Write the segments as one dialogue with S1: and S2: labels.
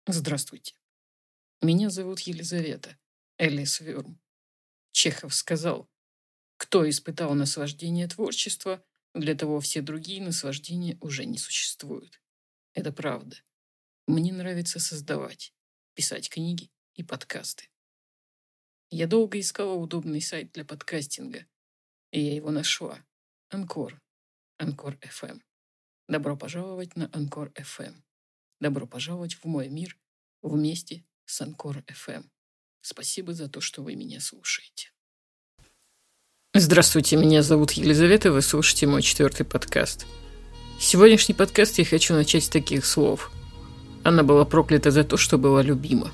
S1: Здравствуйте. Меня зовут Елизавета Элис Вюрм. Чехов сказал: кто испытал наслаждение творчества, для того все другие наслаждения уже не существуют. Это правда. Мне нравится создавать, писать книги и подкасты. Я долго искала удобный сайт для подкастинга, и я его нашла. Анкор. Анкор FM. Добро пожаловать на Анкор FM. Добро пожаловать в мой мир вместе с Анкор FM. Спасибо за то, что вы меня слушаете. Здравствуйте, меня зовут Елизавета, вы слушаете мой 4-й подкаст. Сегодняшний подкаст я хочу начать с таких слов. Она была проклята за то, что была любима.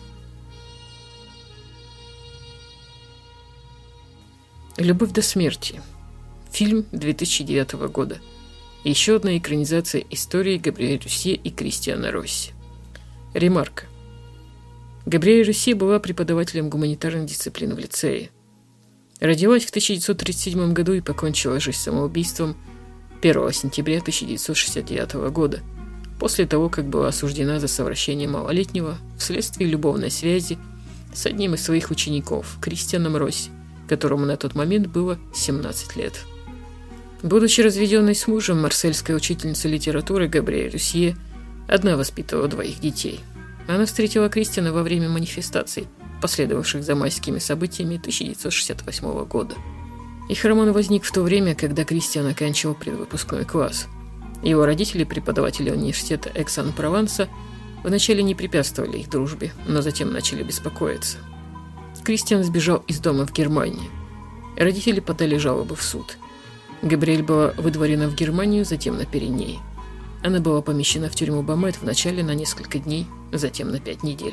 S1: «Любовь до смерти». Фильм 2009 года. Еще одна экранизация истории Габриэль Русье и Кристиана Росси. Ремарка. Габриэль Русье была преподавателем гуманитарных дисциплин в лицее. Родилась в 1937 году и покончила жизнь самоубийством 1 сентября 1969 года, после того, как была осуждена за совращение малолетнего вследствие любовной связи с одним из своих учеников, Кристианом Росси, которому на тот момент было 17 лет. Будучи разведенной с мужем, марсельская учительница литературы Габриэль Русье одна воспитывала 2 детей. Она встретила Кристиана во время манифестаций, последовавших за майскими событиями 1968 года. Их роман возник в то время, когда Кристиан оканчивал предвыпускной класс. Его родители, преподаватели университета Экс-Ан-Прованса, вначале не препятствовали их дружбе, но затем начали беспокоиться. Кристиан сбежал из дома в Германии. Родители подали жалобу в суд. Габриэль была выдворена в Германию, затем на Пиренеи. Она была помещена в тюрьму Бамет вначале на несколько дней, затем на 5 недель.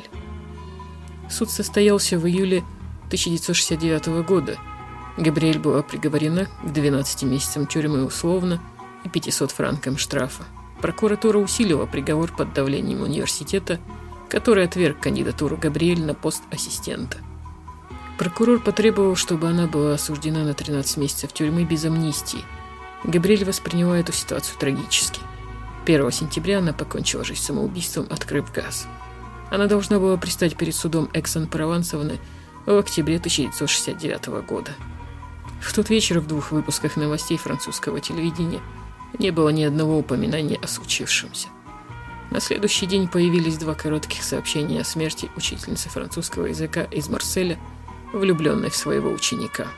S1: Суд состоялся в июле 1969 года. Габриэль была приговорена к 12 месяцам тюрьмы условно и 500 франкам штрафа. Прокуратура усилила приговор под давлением университета, который отверг кандидатуру Габриэль на пост ассистента. Прокурор потребовал, чтобы она была осуждена на 13 месяцев тюрьмы без амнистии. Габриэль восприняла эту ситуацию трагически. 1 сентября она покончила жизнь самоубийством, открыв газ. Она должна была предстать перед судом Экс-Ан-Прованса в октябре 1969 года. В тот вечер в 2 выпусках новостей французского телевидения не было ни одного упоминания о случившемся. На следующий день появились 2 коротких сообщения о смерти учительницы французского языка из Марселя, влюбленной в своего ученика.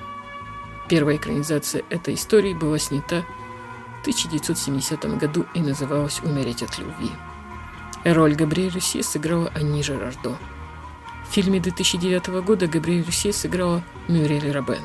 S1: Первая экранизация этой истории была снята в 1970 году и называлась «Умереть от любви». Роль Габриэль Русье сыграла Анни Жирардо. В фильме 2009 года Габриэль Русье сыграла Мюриэль Робен.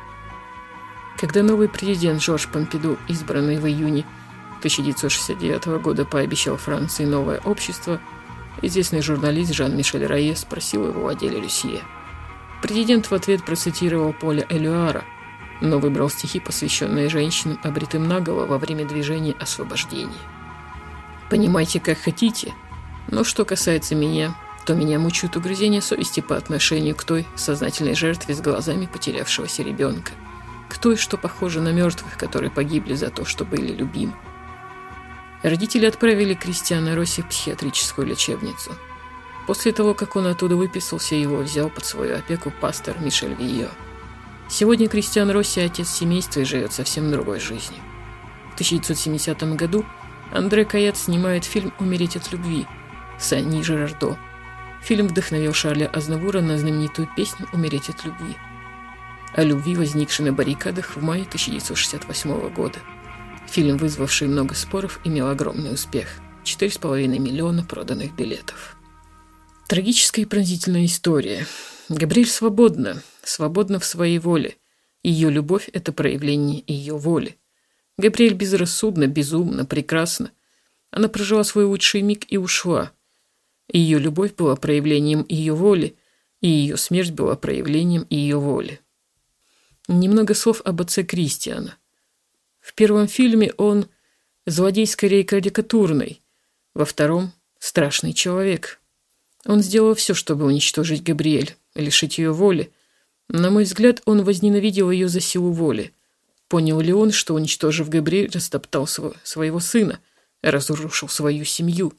S1: Когда новый президент Жорж Помпиду, избранный в июне 1969 года, пообещал Франции новое общество, известный журналист Жан-Мишель Рое спросил его о деле Русье. Президент в ответ процитировал Поля Элюара, но выбрал стихи, посвященные женщинам, обритым наголо во время движения освобождения. «Понимайте, как хотите, но что касается меня, то меня мучают угрызения совести по отношению к той сознательной жертве с глазами потерявшегося ребенка, к той, что похожа на мертвых, которые погибли за то, что были любимы». Родители отправили Кристиана Росси в психиатрическую лечебницу. После того, как он оттуда выписался, его взял под свою опеку пастор Мишель Вийо. Сегодня Кристиан Росси – отец семейства и живет совсем другой жизнью. В 1970 году Андре Каят снимает фильм «Умереть от любви» с Анни Жирардо. Фильм вдохновил Шарля Азнавура на знаменитую песню «Умереть от любви». О любви, возникшей на баррикадах в мае 1968 года. Фильм, вызвавший много споров, имел огромный успех – 4,5 миллиона проданных билетов. Трагическая и пронзительная история. Габриэль свободна в своей воле. Ее любовь – это проявление ее воли. Габриэль безрассудна, безумна, прекрасна. Она прожила свой лучший миг и ушла. Ее любовь была проявлением ее воли, и ее смерть была проявлением ее воли. Немного слов об отце Кристиана. В первом фильме он злодей скорее карикатурный, во втором – страшный человек. Он сделал все, чтобы уничтожить Габриэль, лишить ее воли. На мой взгляд, он возненавидел ее за силу воли. Понял ли он, что, уничтожив Габриэль, растоптал своего сына, разрушил свою семью?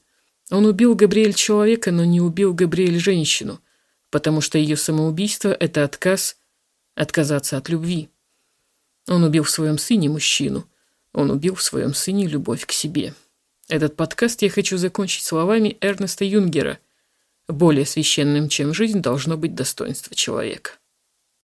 S1: Он убил Габриэль человека, но не убил Габриэль женщину, потому что ее самоубийство – это отказаться от любви. Он убил в своем сыне мужчину. Он убил в своем сыне любовь к себе. Этот подкаст я хочу закончить словами Эрнеста Юнгера. Более священным, чем жизнь, должно быть достоинство человека.